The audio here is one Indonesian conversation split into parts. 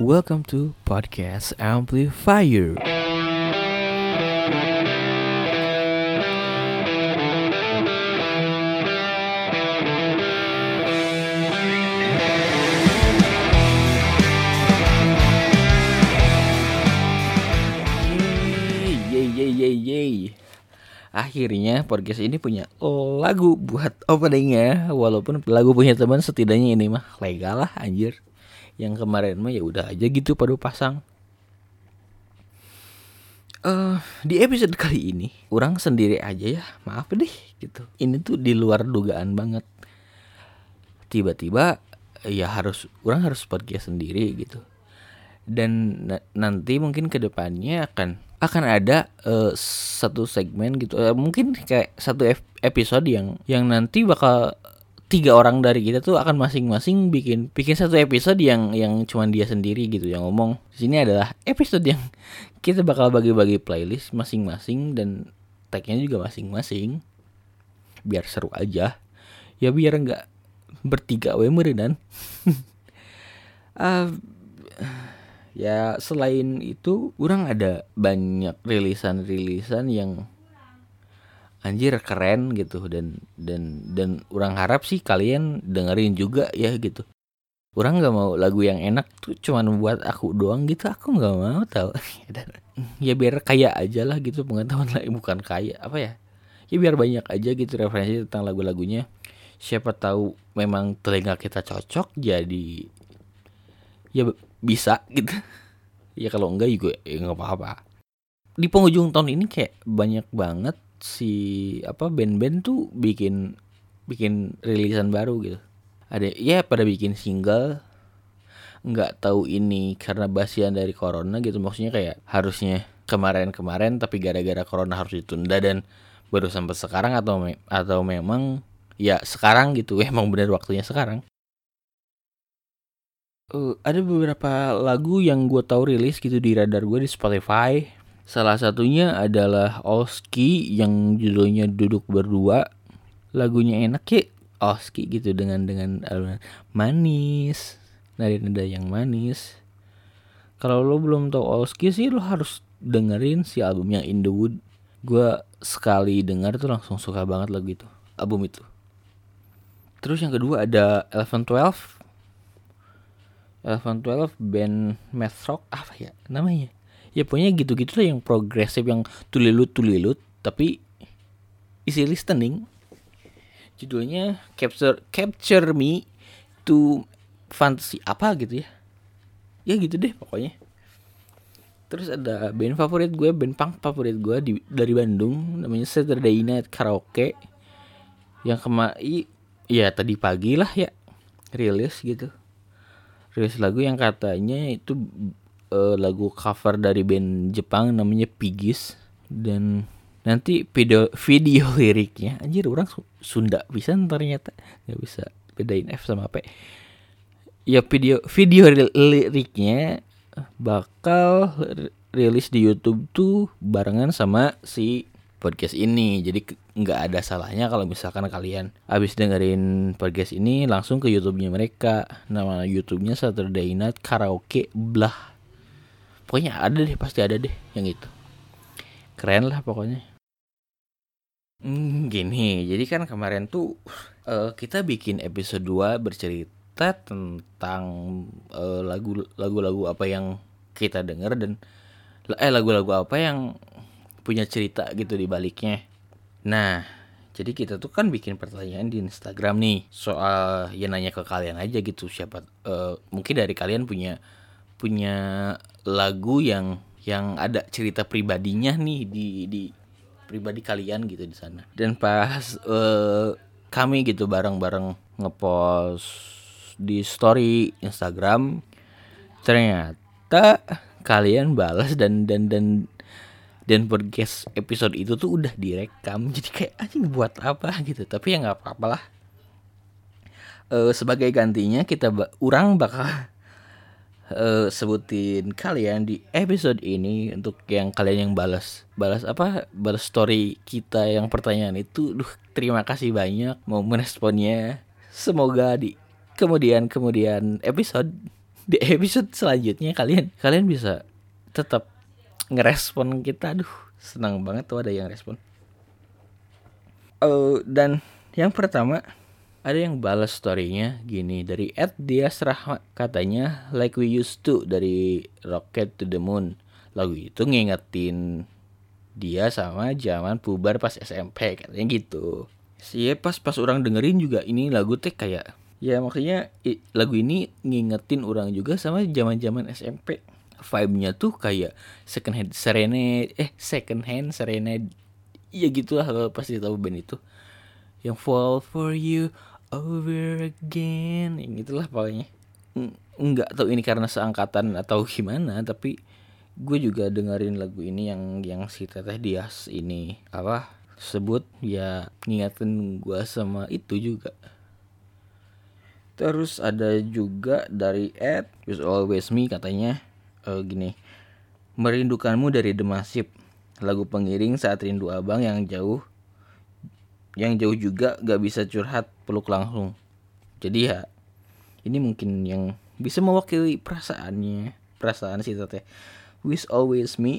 Welcome to Podcast Amplifier. Yeay. Akhirnya podcast ini punya lagu buat openingnya. Walaupun lagu punya teman, setidaknya ini mah legal lah anjir. Yang kemarin mah ya udah aja gitu pada pasang. Di episode kali ini orang sendiri aja ya, maaf deh gitu. Ini tuh di luar dugaan banget. Tiba-tiba ya orang harus podcast sendiri gitu. Dan nanti mungkin kedepannya akan ada satu segmen gitu, mungkin kayak satu episode yang nanti bakal 3 orang dari kita tuh akan masing-masing bikin satu episode yang cuman dia sendiri gitu yang ngomong. Di sini adalah episode yang kita bakal bagi-bagi playlist masing-masing dan tagnya juga masing-masing biar seru aja ya, biar nggak bertiga merenan. Ya selain itu orang ada banyak rilisan yang anjir keren gitu, dan orang harap sih kalian dengerin juga ya gitu. Orang nggak mau lagu yang enak tuh cuman buat aku doang gitu, aku nggak mau tahu. Ya biar kaya aja lah gitu pengetahuan lah, bukan kaya apa ya, ya biar banyak aja gitu referensi tentang lagu-lagunya. Siapa tahu memang telinga kita cocok, jadi ya bisa gitu. Ya kalau enggak juga ya nggak apa-apa. Di penghujung tahun ini kayak banyak banget band-band tuh bikin rilisan baru gitu. Ada ya pada bikin single. Nggak tahu ini karena basian dari corona gitu, maksudnya kayak harusnya kemarin tapi gara-gara corona harus ditunda dan baru sampai sekarang, atau memang ya sekarang gitu, emang benar waktunya sekarang. Ada beberapa lagu yang gue tahu rilis gitu di radar gue di Spotify. Salah satunya adalah Oski yang judulnya Duduk Berdua. Lagunya enak ya, Oski gitu dengan manis, nada yang manis. Kalau lo belum tahu Oski sih, lo harus dengerin si albumnya In The Wood. Gue sekali denger tuh langsung suka banget lagu itu, album itu. Terus yang kedua ada 11-12 band math rock, apa ya namanya, ya pokoknya gitu-gitu lah yang progresif, yang tulilut tapi easy listening. Judulnya Capture Me to Fantasy apa gitu ya gitu deh pokoknya. Terus ada band punk favorit gue dari Bandung, namanya Saturday Night Karaoke, yang ya tadi pagi lah ya rilis lagu yang katanya itu lagu cover dari band Jepang namanya Piggies. Dan nanti video liriknya anjir orang Sunda bisa ternyata, nggak bisa bedain F sama P ya. Video liriknya bakal rilis di YouTube tuh barengan sama si podcast ini. Jadi nggak ada salahnya kalau misalkan kalian abis dengerin podcast ini langsung ke YouTube-nya mereka. Nama YouTube-nya Saturday Night Karaoke blah. Pokoknya ada deh, pasti ada deh yang itu. Keren lah pokoknya. Gini, jadi kan kemarin tuh kita bikin episode 2 bercerita tentang lagu-lagu apa yang kita denger, dan lagu-lagu apa yang punya cerita gitu di baliknya. Nah, jadi kita tuh kan bikin pertanyaan di Instagram nih soal ya nanya ke kalian aja gitu, siapa mungkin dari kalian punya lagu yang ada cerita pribadinya nih di pribadi kalian gitu di sana. Dan pas kami gitu bareng-bareng ngepost di story Instagram, ternyata kalian balas dan podcast episode itu tuh udah direkam. Jadi kayak anjing buat apa gitu. Tapi ya nggak apa-apa lah. Sebagai gantinya orang bakal sebutin kalian di episode ini untuk yang kalian yang balas story kita yang pertanyaan itu. Terima kasih banyak mau meresponnya. Semoga di kemudian episode di episode selanjutnya kalian bisa tetap ngerespon kita. Aduh, senang banget tuh ada yang respon. Dan yang pertama ada yang balas story-nya gini dari @diasrahma, katanya Like We Used To dari Rocket to the Moon. Lagu itu ngingetin dia sama zaman puber pas SMP, katanya gitu. Sih pas orang dengerin juga ini lagu teh kayak ya makanya lagu ini ngingetin orang juga sama zaman-zaman SMP. Vibe-nya tuh kayak second hand serenade. Iya gitu lah, lo pasti tahu band itu. Yang Fall For You Over Again, yang itulah pokoknya. Enggak tahu ini karena seangkatan atau gimana, tapi gue juga dengerin lagu ini yang si Teteh Dias ini apa sebut ya, ngingetin gue sama itu juga. Terus ada juga dari With Always Me, katanya gini, merindukanmu dari The Massive, lagu pengiring saat rindu abang yang jauh juga gak bisa curhat peluk langsung. Jadi ya ini mungkin yang bisa mewakili perasaan si Teteh. With Always Me.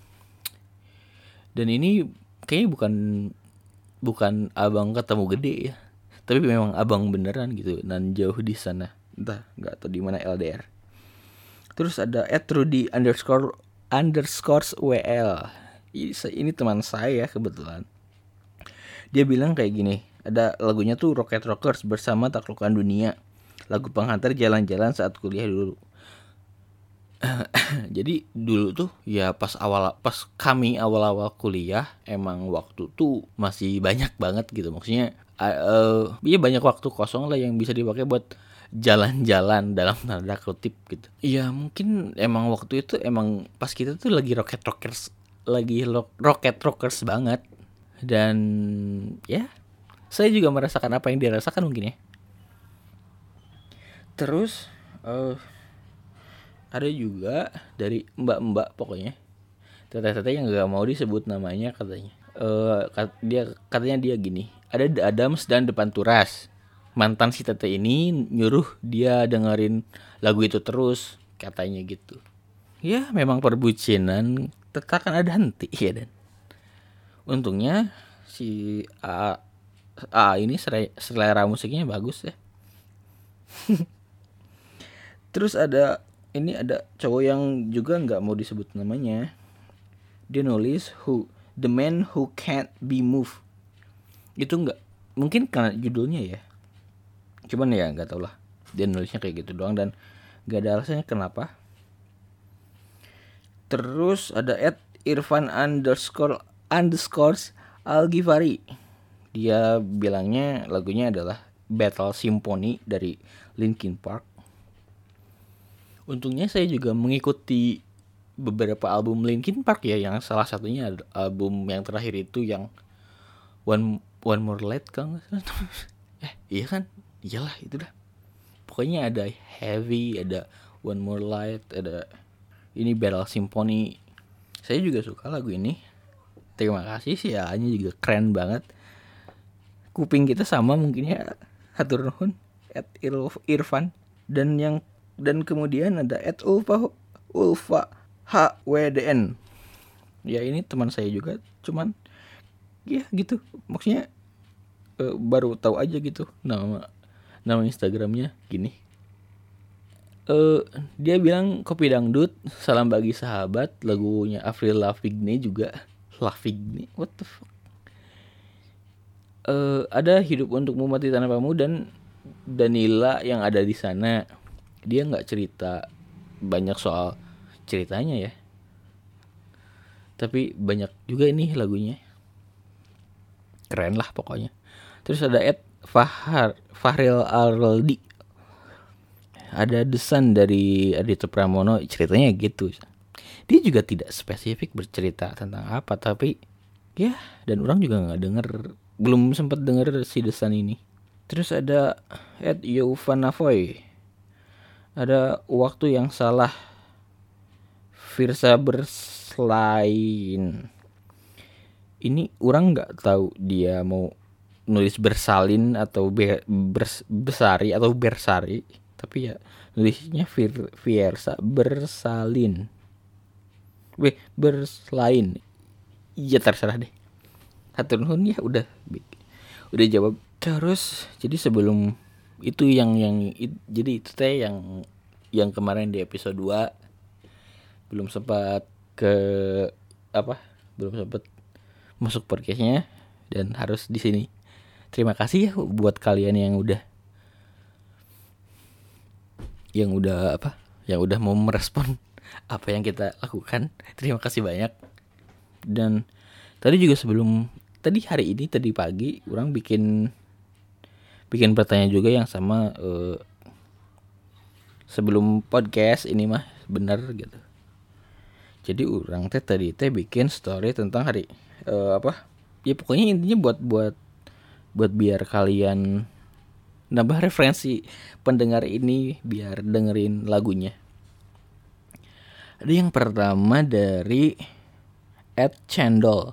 Dan ini kayaknya bukan abang ketemu gede ya, tapi memang abang beneran gitu dan jauh di sana, entah nggak tahu di mana LDR. Terus ada @rudy ___WL. Ini teman saya kebetulan. Dia bilang kayak gini, ada lagunya tuh Rocket Rockers bersama Taklukkan Dunia, lagu penghantar jalan-jalan saat kuliah dulu. Jadi dulu tuh ya pas kami awal-awal kuliah, emang waktu tuh masih banyak banget gitu, maksudnya ya banyak waktu kosong lah yang bisa dipakai buat jalan-jalan dalam tanda kutip gitu. Ya mungkin emang waktu itu emang pas kita tuh lagi rocket rockers banget. Dan ya saya juga merasakan apa yang dia rasakan mungkin ya. Terus ada juga dari mbak-mbak, pokoknya teteh-teteh yang gak mau disebut namanya, katanya katanya dia gini, ada The Adams dan Depan Turas, mantan si teteh ini nyuruh dia dengerin lagu itu terus, katanya gitu. Ya memang perbucinan tak akan ada henti ya. Dan untungnya si A ini selera musiknya bagus ya. Terus ada cowok yang juga nggak mau disebut namanya. Dia nulis The Man Who Can't Be Moved. Itu nggak, mungkin karena judulnya ya. Cuman ya nggak tau lah. Dia nulisnya kayak gitu doang dan nggak ada alasannya kenapa. Terus ada @irfan __ Algifari. Dia bilangnya lagunya adalah Battle Symphony dari Linkin Park. Untungnya saya juga mengikuti beberapa album Linkin Park ya, yang salah satunya album yang terakhir itu yang One More Light kan. Iya kan? Iyalah itu dah. Pokoknya ada Heavy, ada One More Light, ada ini Battle Symphony. Saya juga suka lagu ini. Terima kasih sih ya, juga keren banget. Kuping kita sama mungkin ya. Hatur nuhun @irfan. Dan kemudian ada @ulfa HWDN. Ya ini teman saya juga, cuman ya gitu, maksudnya baru tahu aja gitu nama Instagramnya gini. Dia bilang kopi dangdut, salam bagi sahabat, lagunya Avril Lavigne juga. Lavigne, what the fuck. Ada Hidup Untukmu Mati Tanpamu dan Danila yang ada di sana. Dia nggak cerita banyak soal ceritanya ya, tapi banyak juga ini lagunya, keren lah pokoknya. Terus ada Fahril Araldi, ada The Sun dari Aditya Pramono, ceritanya gitu. Dia juga tidak spesifik bercerita tentang apa, tapi ya, dan orang juga nggak belum sempat denger si The Sun ini. Terus ada @youfanafoy, ada Waktu Yang Salah, Firsa Berslain. Ini orang nggak tahu dia mau nulis bersalin atau besari atau bersari, tapi ya nulisnya Fiersa Bersalin. Berslain. Iya terserah deh. Hatur nuhun ya udah jawab. Terus jadi sebelum itu jadi itu teh yang kemarin di episode 2 belum sempat ke belum sempat masuk podcastnya dan harus di sini. Terima kasih ya buat kalian yang udah mau merespon apa yang kita lakukan. Terima kasih banyak. Dan tadi pagi orang bikin pertanyaan juga yang sama sebelum podcast ini mah benar gitu. Jadi orang tadi bikin story tentang hari ya pokoknya intinya buat biar kalian nambah referensi pendengar ini biar dengerin lagunya. Ada yang pertama dari @cendol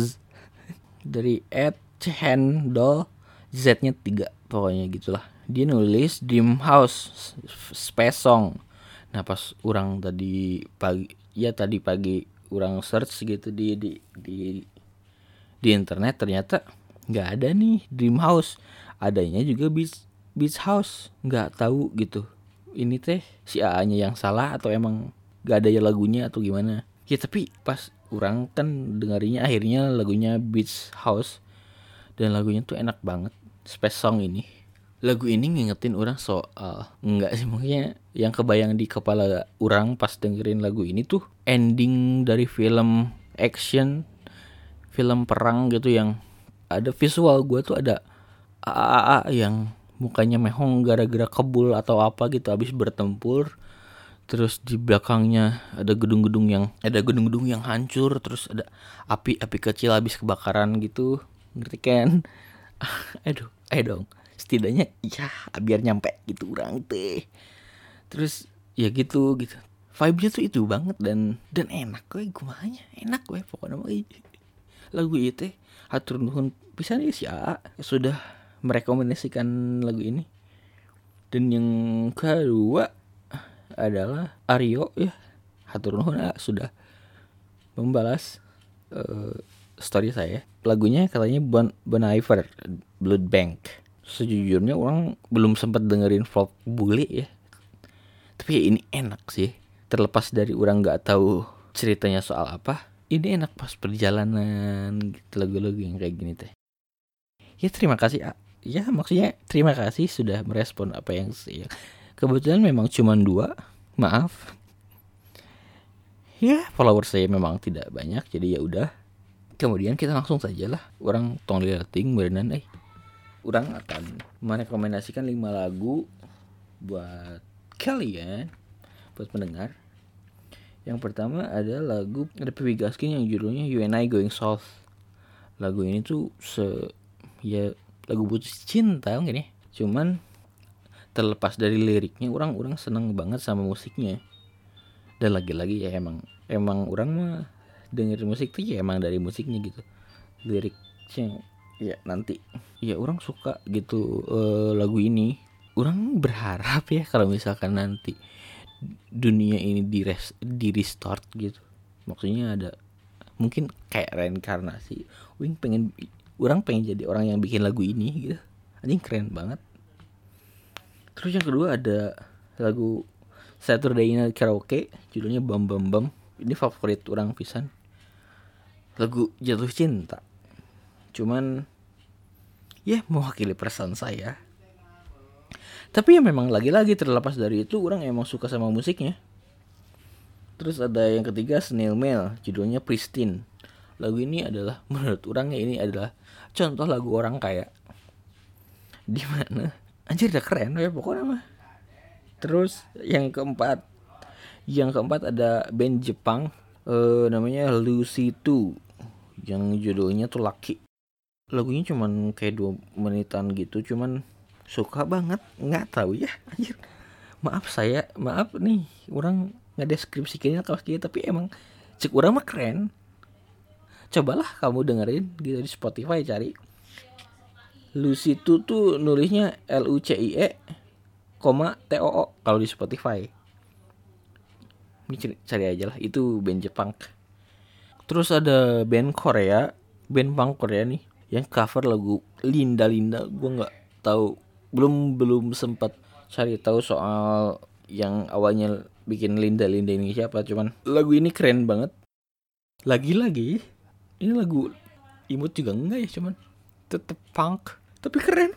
dari @cendol Z-nya 3 pokoknya gitulah. Dia nulis Dream House Space Song. Nah pas orang tadi pagi orang search gitu di internet ternyata nggak ada nih Dream House, adanya juga Beach House. Nggak tahu gitu ini teh si A-nya yang salah atau emang nggak ada ya lagunya atau gimana ya. Tapi pas orang kan dengarinya akhirnya lagunya Beach House dan lagunya tuh enak banget. Space Song ini, lagu ini ngingetin orang soal enggak sih, maksudnya yang kebayang di kepala orang pas dengerin lagu ini tuh ending dari film action, film perang gitu yang ada visual gue tuh ada AAA yang mukanya mehong gara-gara kebul atau apa gitu habis bertempur. Terus di belakangnya ada gedung-gedung yang hancur, terus ada api kecil habis kebakaran gitu, ngerti kan? Aduh, ayo dong. Setidaknya ya biar nyampe gitu orang teh. Terus ya gitu. Vibe-nya tuh itu banget dan enak gue kumanya. Enak gue pokoknya mah lagu itu hatur nuhun pisan ya si A sudah merekomendasikan lagu ini. Dan yang kedua adalah Aryo ya. Hatur nuhun sudah membalas story saya. Lagunya katanya Bon Iver Blood Bank. Sejujurnya orang belum sempat dengerin vlog bule ya. Tapi ya ini enak sih. Terlepas dari orang nggak tahu ceritanya soal apa, ini enak pas perjalanan gitu, lagu-lagu yang kayak gini teh. Ya terima kasih. Ya maksudnya terima kasih sudah merespon apa yang saya. Kebetulan memang cuma 2. Maaf. Ya followers saya memang tidak banyak jadi ya udah. Kemudian kita langsung saja lah. Orang tong liating berenang Orang akan merekomendasikan 5 lagu buat kalian, buat pendengar. Yang pertama ada lagu ada PW Gaskin yang judulnya You and I Going South. Lagu ini tuh ya lagu putus cinta mungkin ya. Cuman terlepas dari liriknya orang seneng banget sama musiknya. Dan lagi-lagi ya emang orang mah denger musik tuh ya emang dari musiknya gitu. Liriknya ya nanti ya orang suka gitu lagu ini. Orang berharap ya kalau misalkan nanti dunia ini di restart gitu. Maksudnya ada mungkin kayak reinkarnasi. Orang pengen jadi orang yang bikin lagu ini gitu. Anjing keren banget. Terus yang kedua ada lagu Saturday Night Karaoke judulnya Bam Bam Bam. Ini favorit orang pisan. Lagu jatuh cinta. Cuman ya mewakili perasaan saya. Tapi ya memang lagi-lagi terlepas dari itu orang emang suka sama musiknya. Terus ada yang ketiga Snail Mail judulnya Pristine. Lagu ini adalah menurut orang ya ini adalah contoh lagu orang kaya. Di mana anjir udah keren ya pokoknya mah. Terus yang keempat ada band Jepang namanya Lucy 2 yang judulnya tuh Lucky. Lagunya cuman kayak 2 menitan gitu, cuman suka banget, nggak tahu ya anjir. Maaf nih orang ngedeskripsikannya kalau gitu, tapi emang cek orang mah keren. Cobalah kamu dengerin gitu di Spotify, cari Lucy 2 tuh nulisnya LUCIE TOO kalau di Spotify. Ini cari aja lah, itu band Jepang. Terus ada band punk Korea nih yang cover lagu Linda Linda. Gue nggak tahu, belum sempat cari tahu soal yang awalnya bikin Linda Linda ini siapa. Cuman lagu ini keren banget. Lagi-lagi ini lagu imut juga enggak ya, cuman tetep punk tapi keren.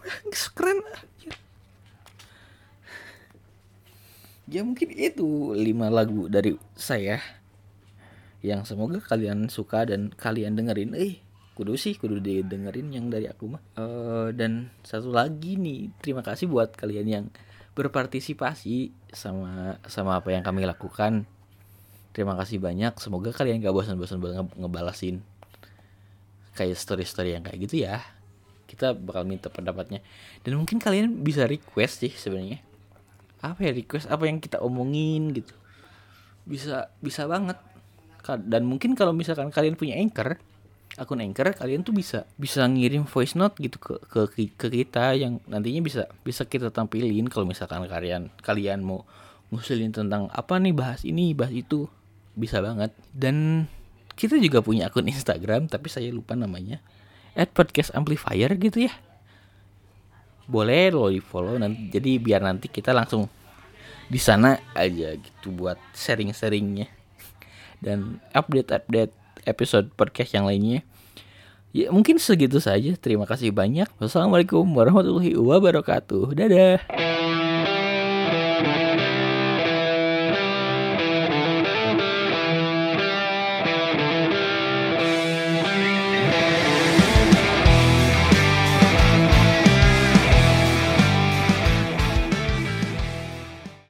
Ya mungkin itu 5 lagu dari saya yang semoga kalian suka dan kalian dengerin. Kudu didengerin yang dari aku mah. Dan satu lagi nih, terima kasih buat kalian yang berpartisipasi sama apa yang kami lakukan. Terima kasih banyak. Semoga kalian gak bosan-bosan banget ngebalasin kayak story-story yang kayak gitu ya. Kita bakal minta pendapatnya. Dan mungkin kalian bisa request sih sebenarnya. Apa ya request, apa yang kita omongin gitu. Bisa banget. Dan mungkin kalau misalkan kalian punya akun Anchor, kalian tuh bisa ngirim voice note gitu ke kita yang nantinya bisa kita tampilin kalau misalkan kalian mau ngusulin tentang apa nih, bahas ini, bahas itu, bisa banget. Dan kita juga punya akun Instagram tapi saya lupa namanya, @podcastamplifier gitu ya. Boleh lo di follow nanti, jadi biar nanti kita langsung di sana aja gitu buat sharing-sharingnya dan update episode podcast yang lainnya. Ya mungkin segitu saja. Terima kasih banyak. Wassalamualaikum warahmatullahi wabarakatuh. Dadah.